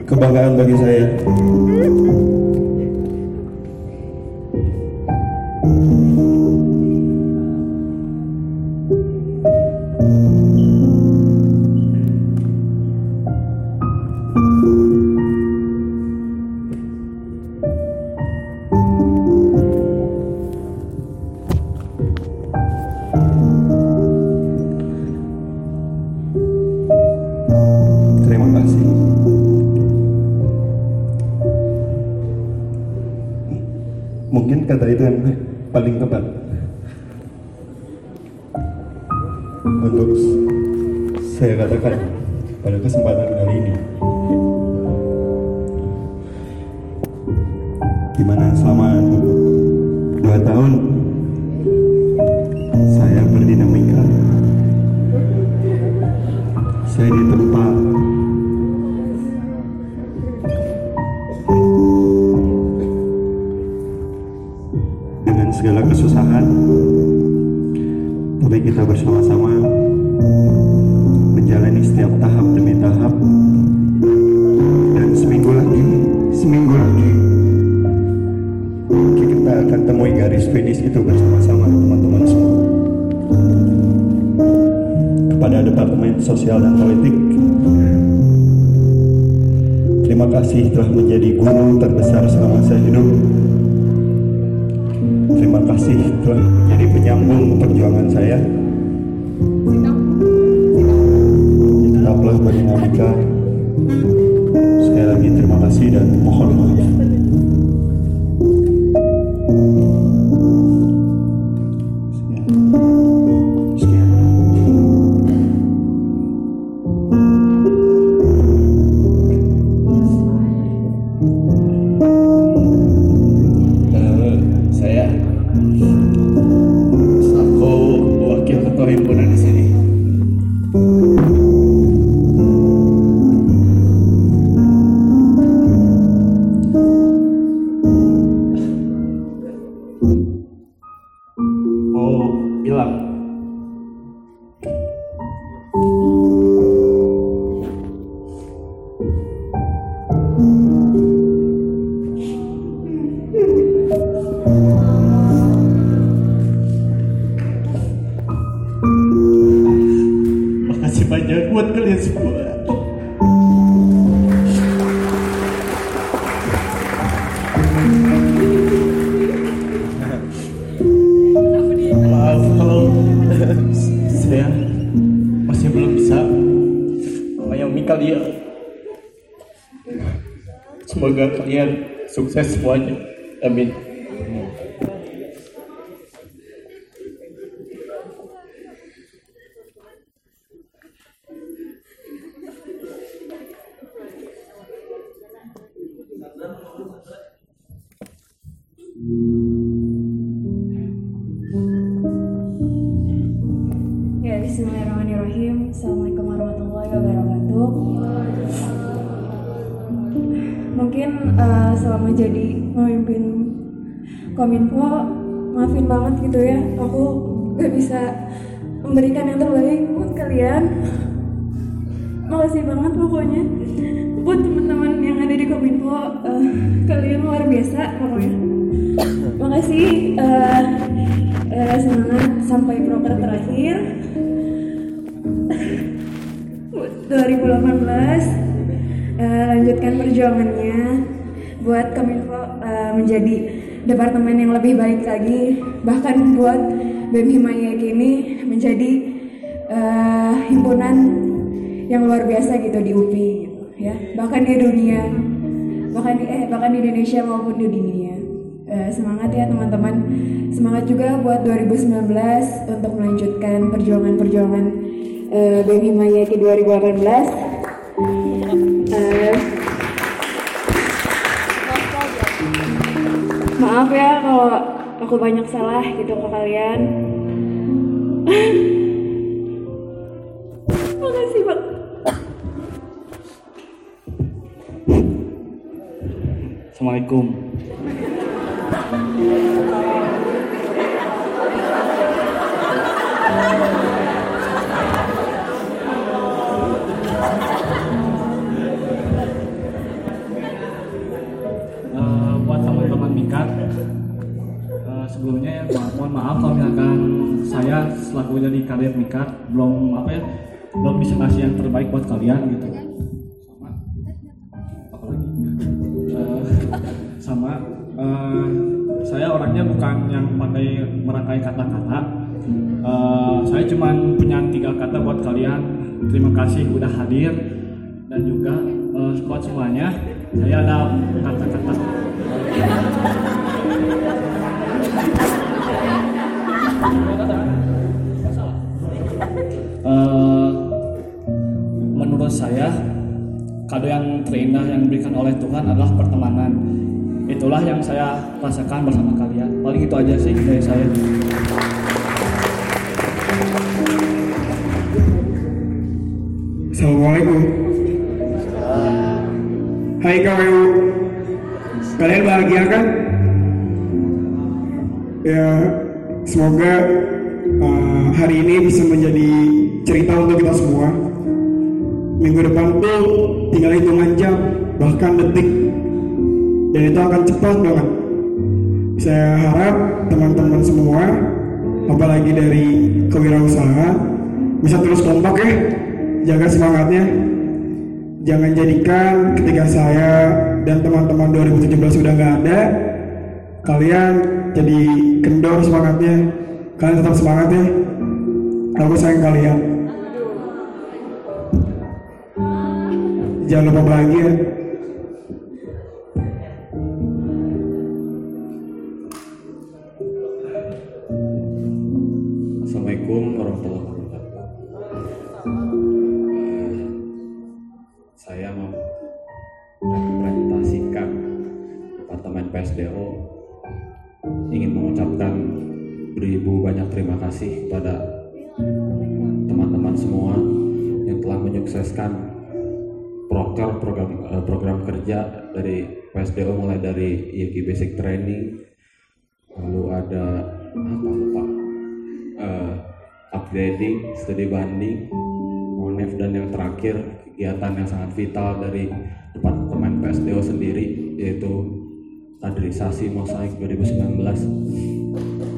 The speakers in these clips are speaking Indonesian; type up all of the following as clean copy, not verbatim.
kebanggaan bagi saya. Terima kasih. Mungkin kata itu yang paling tepat untuk saya katakan pada kesempatan kali ini, dimana selama 2 tahun saya berdinamika, saya ditempa dengan segala kesusahan, tapi kita bersama-sama menjalani setiap tahap demi tahap, dan seminggu lagi kita akan temui garis finish itu bersama-sama teman-teman semua. Kepada Departemen Sosial dan Politik, terima kasih telah menjadi guru terbesar selama saya hidup. Terima kasih telah menjadi penyambung perjuangan saya. Tetaplah berdinamika. Sekali lagi terima kasih dan mohon maaf. Sekian. Saya selaku wakil ketua himpunan di sini. Mau bilang makasih banyak buat kalian semua. Maaf kalau saya masih belum bisa menyayangi kalian. Semoga kalian sukses semuanya. Amin. Ya, bismillahirrahmanirrahim. Assalamualaikum warahmatullahi wabarakatuh. Mungkin selama jadi pemimpin Kominfo, maafin banget gitu ya, aku gak bisa memberikan yang terbaik buat kalian. Makasih banget pokoknya buat teman-teman yang ada di Kominfo, kalian luar biasa pokoknya. Makasih, semangat sampai proker terakhir 2018. Lanjutkan perjuangannya buat Kominfo menjadi departemen yang lebih baik lagi, bahkan buat BEM Himayek ini menjadi himpunan yang luar biasa gitu di UPI gitu, ya, bahkan di dunia, bahkan di Indonesia maupun di dunia. Semangat ya teman-teman, semangat juga buat 2019 untuk melanjutkan perjuangan BEM Himayek 2018. Maaf ya kalau aku banyak salah gitu ke kalian. Makasih Pak. Assalamualaikum. aku jadi karir nikah belum bisa ngasih yang terbaik buat kalian gitu. Sama saya orangnya bukan yang pandai merangkai kata-kata. Saya cuma punya 3 kata buat kalian. Terima kasih udah hadir, dan juga buat semuanya saya ada kata-kata. Menurut saya kado yang terindah yang diberikan oleh Tuhan adalah pertemanan. Itulah yang saya rasakan bersama kalian. Paling itu aja sih dari saya. Assalamualaikum. Hai KWU, kalian bahagia kan? Ya, semoga hari ini bisa menjadi cerita untuk kita semua. Minggu depan tuh tinggal hitungan jam, bahkan detik, dan itu akan cepat banget. Saya harap teman-teman semua, apalagi dari kewirausahaan, bisa terus kompak ya. Jaga semangatnya. Jangan jadikan ketika saya dan teman-teman 2017 sudah gak ada, kalian jadi kendor semangatnya. Kalian tetap semangat ya. Aku sayang kalian. Jangan lupa bahagia. Assalamualaikum warahmatullahi wabarakatuh. Saya merepresentasikan Departemen PSDO ingin mengucapkan beribu banyak terima kasih kepada teman-teman semua yang telah menyukseskan program kerja dari PSDO, mulai dari IEK Basic Training, lalu ada upgrading, studi banding, monef, dan yang terakhir kegiatan yang sangat vital dari Departemen PSDO sendiri, yaitu kaderisasi Mosaik 2019.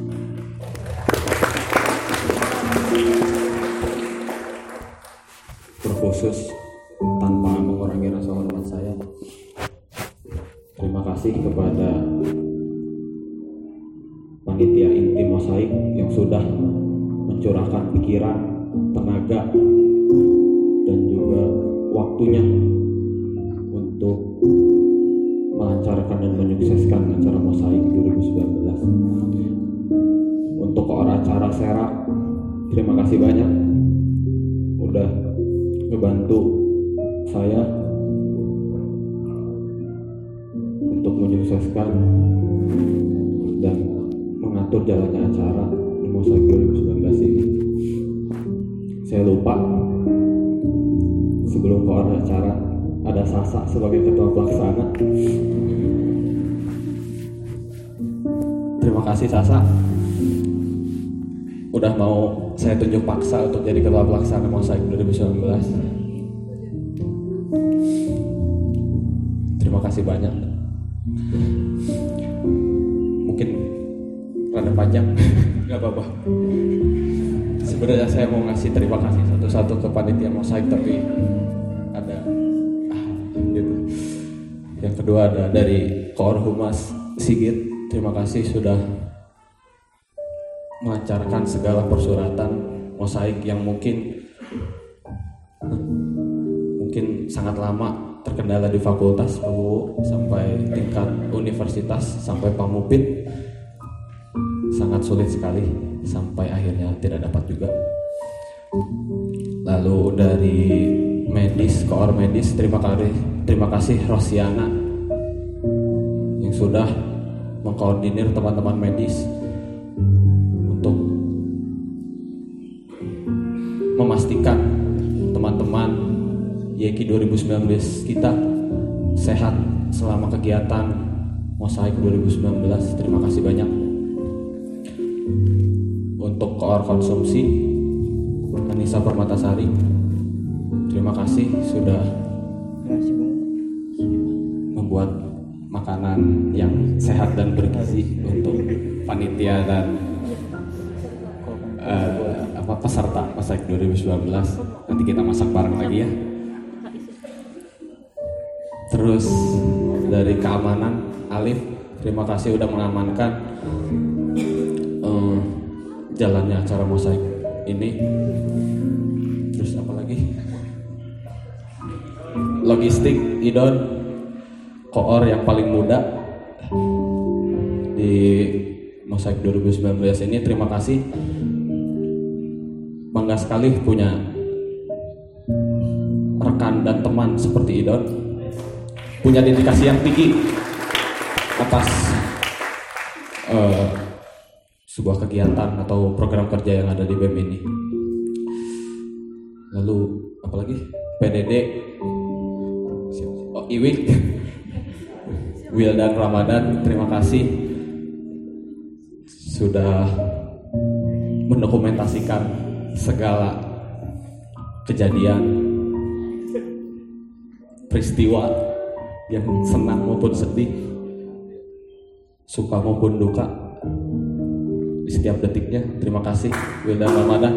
Terkhusus tanpa mengurangi rasa hormat saya, terima kasih kepada panitia inti Mosaik yang sudah mencurahkan pikiran, tenaga, dan juga waktunya untuk melancarkan dan menyukseskan acara Mosaik 2019. Untuk acara Serak, terima kasih banyak udah ngebantu saya untuk menyukseskan dan mengatur jalannya acara Mosaik 2019 ini. Saya lupa, sebelum ke acara ada Sasa sebagai ketua pelaksana. Terima kasih Sasa, udah mau saya tunjuk paksa untuk jadi ketua pelaksana Mosaik 2019. Terima kasih banyak. Mungkin rada panjang, nggak apa-apa. Sebenarnya saya mau ngasih terima kasih satu-satu ke panitia Mosaik, tapi ada gitu. Yang kedua ada dari Koor Humas Sigit. Terima kasih sudah melancarkan segala persuratan Mosaik yang mungkin sangat lama terkendala di fakultas PUU sampai tingkat universitas sampai Pamupit, sangat sulit sekali sampai akhirnya tidak dapat juga. Lalu dari medis, Koor Medis, terima kasih Rosiana yang sudah mengkoordinir teman-teman medis untuk memastikan teman-teman YEKI 2019 kita sehat selama kegiatan Mosaik 2019. Terima kasih banyak. Untuk Koor Konsumsi, Anissa Permatasari, terima kasih sudah membuat makanan yang sehat dan bergizi untuk panitia dan 2019. Nanti kita masak bareng lagi ya. Terus dari keamanan, Alif, terima kasih udah mengamankan jalannya acara mosaik ini. Terus apa lagi? Logistik, Idon, koor yang paling muda di mosaik 2019 ini, terima kasih. Bangga sekali punya rekan dan teman seperti Idon, punya dedikasi yang tinggi atas sebuah kegiatan atau program kerja yang ada di BEM ini. Lalu apalagi PDD, Iwik, Wildan Ramadan, terima kasih sudah mendokumentasikan segala kejadian, peristiwa yang senang maupun sedih, suka maupun duka di setiap detiknya. Terima kasih Wildan Ramadan.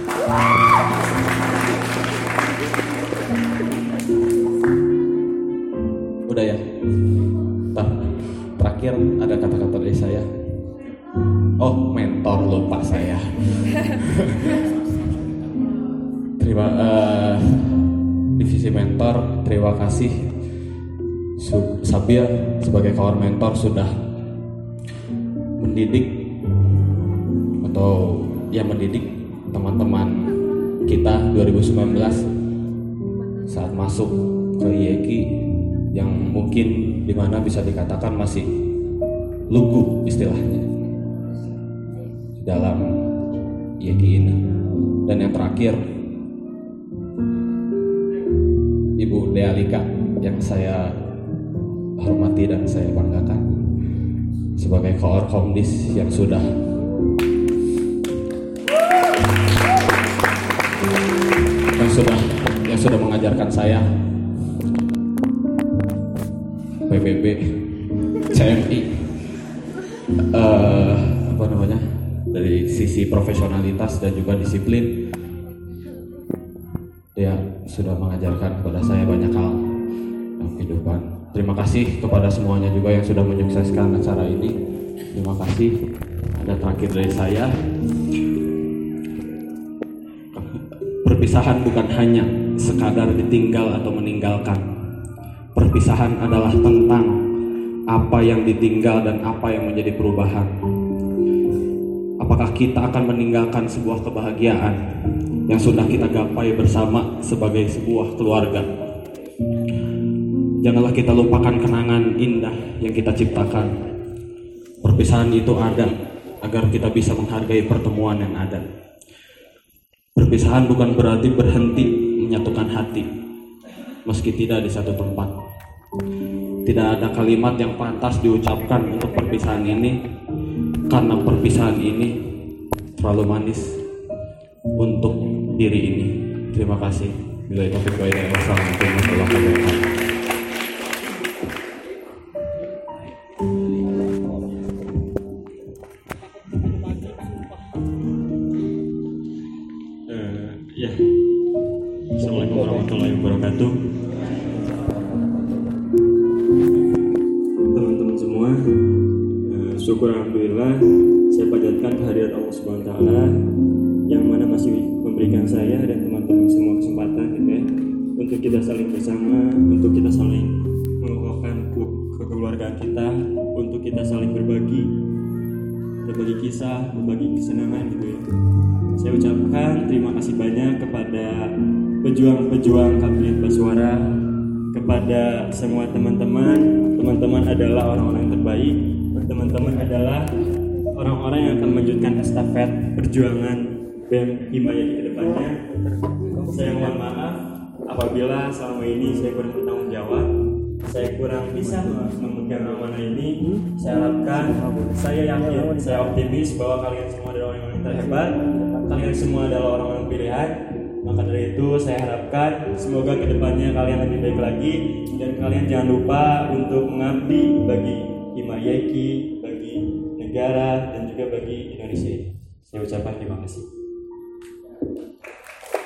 Udah ya. Terakhir ada kata-kata dari saya. Oh, mentor, lupa saya. Divisi mentor, terima kasih Sabil sebagai kawan mentor sudah mendidik atau mendidik teman-teman kita 2019 saat masuk ke IEKI yang mungkin dimana bisa dikatakan masih lugu istilahnya dalam IEKI ini. Dan yang terakhir, Ibu Dealika yang saya hormati dan saya banggakan sebagai koor Komdis yang sudah mengajarkan saya PBB, CMI, dari sisi profesionalitas dan juga disiplin. Dia sudah mengajarkan kepada saya banyak hal dalam kehidupan. Terima kasih kepada semuanya juga yang sudah menyukseskan acara ini. Terima kasih. Ada terakhir dari saya. Perpisahan bukan hanya sekadar ditinggal atau meninggalkan. Perpisahan adalah tentang apa yang ditinggal dan apa yang menjadi perubahan. Apakah kita akan meninggalkan sebuah kebahagiaan yang sudah kita gapai bersama sebagai sebuah keluarga? Janganlah kita lupakan kenangan indah yang kita ciptakan. Perpisahan itu ada agar kita bisa menghargai pertemuan yang ada. Perpisahan bukan berarti berhenti menyatukan hati, meski tidak di satu tempat. Tidak ada kalimat yang pantas diucapkan untuk perpisahan ini, karena perpisahan ini terlalu manis untuk diri ini. Terima kasih. Billahi taufiq wal hidayah. Wassalamualaikum warahmatullahi wabarakatuh. Assalamualaikum warahmatullahi wabarakatuh. Teman-teman semua, syukur alhamdulillah saya panjatkan kehadirat Allah Subhanahu wa taala yang mana masih memberikan saya dan teman-teman semua kesempatan gitu ya, untuk kita saling bersama, untuk kita saling mengokohkan kekeluargaan kita, untuk kita saling berbagi kisah, berbagi kesenangan gitu ya. Saya ucapkan terima kasih banyak kepada pejuang-pejuang Kabinet Baswara, kepada semua teman-teman. Teman-teman adalah orang-orang yang terbaik. Teman-teman adalah orang-orang yang akan melanjutkan estafet perjuangan BEM Himayah ke depannya. Saya mohon maaf apabila selama ini saya kurang bertanggung jawab, saya kurang bisa memegang amanah ini. Saya harapkan, saya yakin, saya optimis bahwa kalian semua adalah orang yang terhebat. Kalian semua adalah orang-orang pilihan. Maka dari itu saya harapkan semoga kedepannya kalian lebih baik lagi, dan kalian jangan lupa untuk mengabdi bagi IEKI, bagi negara dan juga bagi Indonesia. Saya ucapkan terima kasih.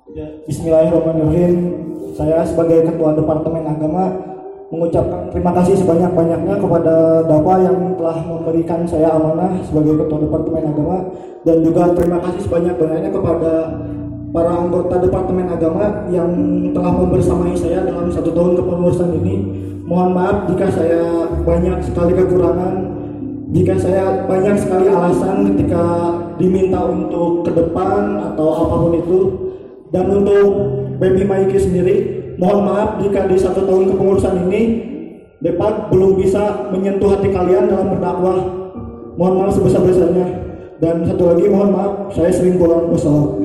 Ya, Bismillahirrahmanirrahim. Saya sebagai Ketua Departemen Agama mengucapkan terima kasih sebanyak-banyaknya kepada Dapa yang telah memberikan saya amanah sebagai Ketua Departemen Agama, dan juga terima kasih sebanyak-banyaknya kepada para anggota Departemen Agama yang telah membersamai saya dalam 1 tahun kepengurusan ini. Mohon maaf jika saya banyak sekali kekurangan, jika saya banyak sekali alasan ketika diminta untuk ke depan atau apapun itu. Dan untuk Baby Maiki sendiri, mohon maaf jika di 1 tahun kepengurusan ini Depak belum bisa menyentuh hati kalian dalam berdakwah. Mohon maaf sebesar-besarnya. Dan satu lagi, mohon maaf saya sering pulang. Wassalam.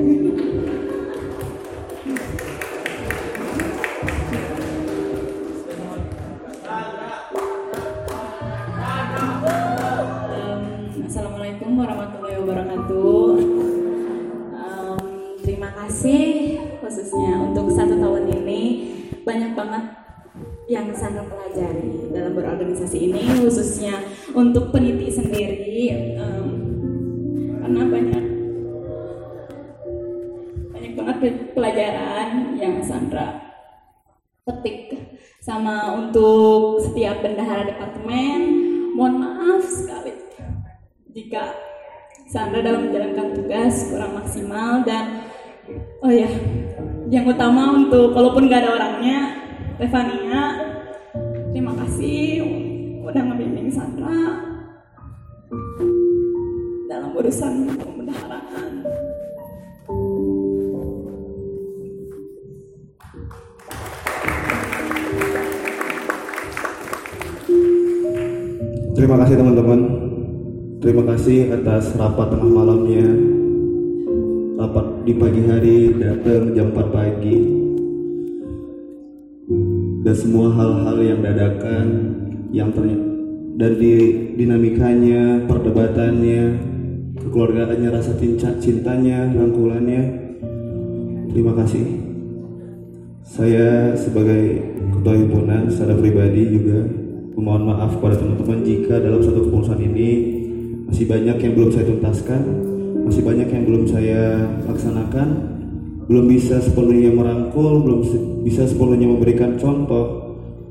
Assalamualaikum warahmatullahi wabarakatuh. Terima kasih khususnya untuk 1 tahun ini, banyak banget yang Sandra pelajari dalam berorganisasi ini, khususnya untuk peniti sendiri, karena banyak banget pelajaran yang Sandra petik. Sama untuk setiap bendahara departemen, mohon maaf sekali jika Sandra dalam menjalankan tugas kurang maksimal. Dan oh ya, yang utama untuk walaupun gak ada orangnya, Stefania, terima kasih udah ngebimbing Sandra dalam urusan pembendaharaan. Terima kasih teman-teman. Terima kasih atas rapat tengah malamnya, rapat di pagi hari, datang jam 4 pagi, dan semua hal-hal yang dadakan, dan di dinamikanya, perdebatannya, kekeluargaannya, rasa cintanya, rangkulannya. Terima kasih. Saya sebagai ketua himpunan secara pribadi juga memohon maaf kepada teman-teman jika dalam satu kepengurusan ini masih banyak yang belum saya tuntaskan, masih banyak yang belum saya laksanakan, belum bisa sepenuhnya merangkul, belum bisa sepenuhnya memberikan contoh.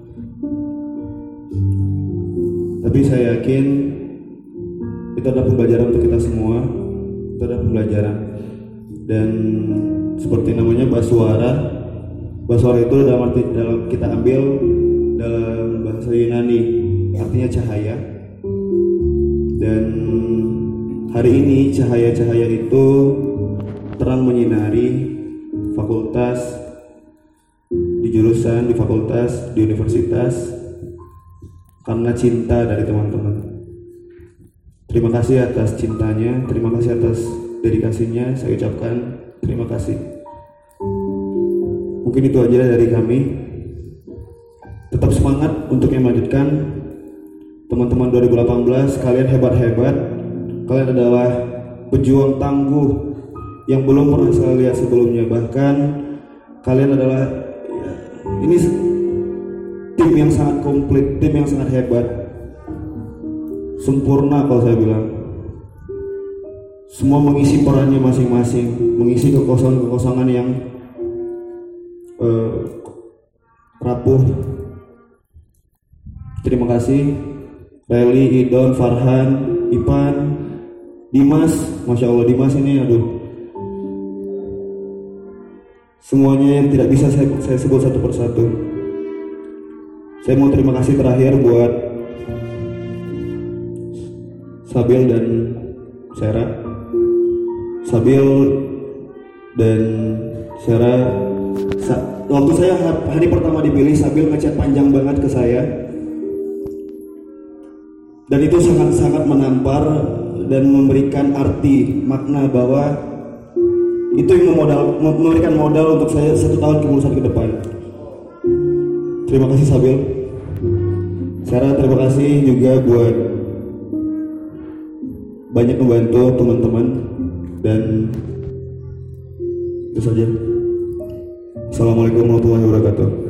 Tapi saya yakin itu adalah pembelajaran untuk kita semua. Itu adalah pembelajaran. Dan seperti namanya Baswara itu dalam kita ambil dalam bahasa Yunani, artinya cahaya. Dan hari ini cahaya-cahaya itu terang menyinari fakultas, di jurusan, di fakultas, di universitas, karena cinta dari teman-teman. Terima kasih atas cintanya, terima kasih atas dedikasinya. Saya ucapkan terima kasih. Mungkin itu aja dari kami. Tetap semangat untuk yang melanjutkan. Teman-teman 2018, kalian hebat-hebat. Kalian adalah pejuang tangguh yang belum pernah saya lihat sebelumnya. Bahkan kalian adalah ini tim yang sangat komplit, tim yang sangat hebat, sempurna kalau saya bilang. Semua mengisi perannya masing-masing, mengisi kekosongan-kekosongan yang rapuh. Terima kasih Reli, Idon, Farhan, Ipan, Dimas. Masya Allah, Dimas ini semuanya yang tidak bisa saya sebut satu persatu. Saya mau terima kasih terakhir buat Sabil dan Sera. Sabil dan Sera, waktu saya hari pertama dipilih, Sabil ngechat panjang banget ke saya, dan itu sangat-sangat menampar dan memberikan arti makna bahwa itu yang memberikan modal untuk saya 1 tahun kepengurusan ke depan. Terima kasih Sabil. Sarah, terima kasih juga buat banyak membantu teman-teman. Dan itu saja. Assalamualaikum warahmatullahi wabarakatuh.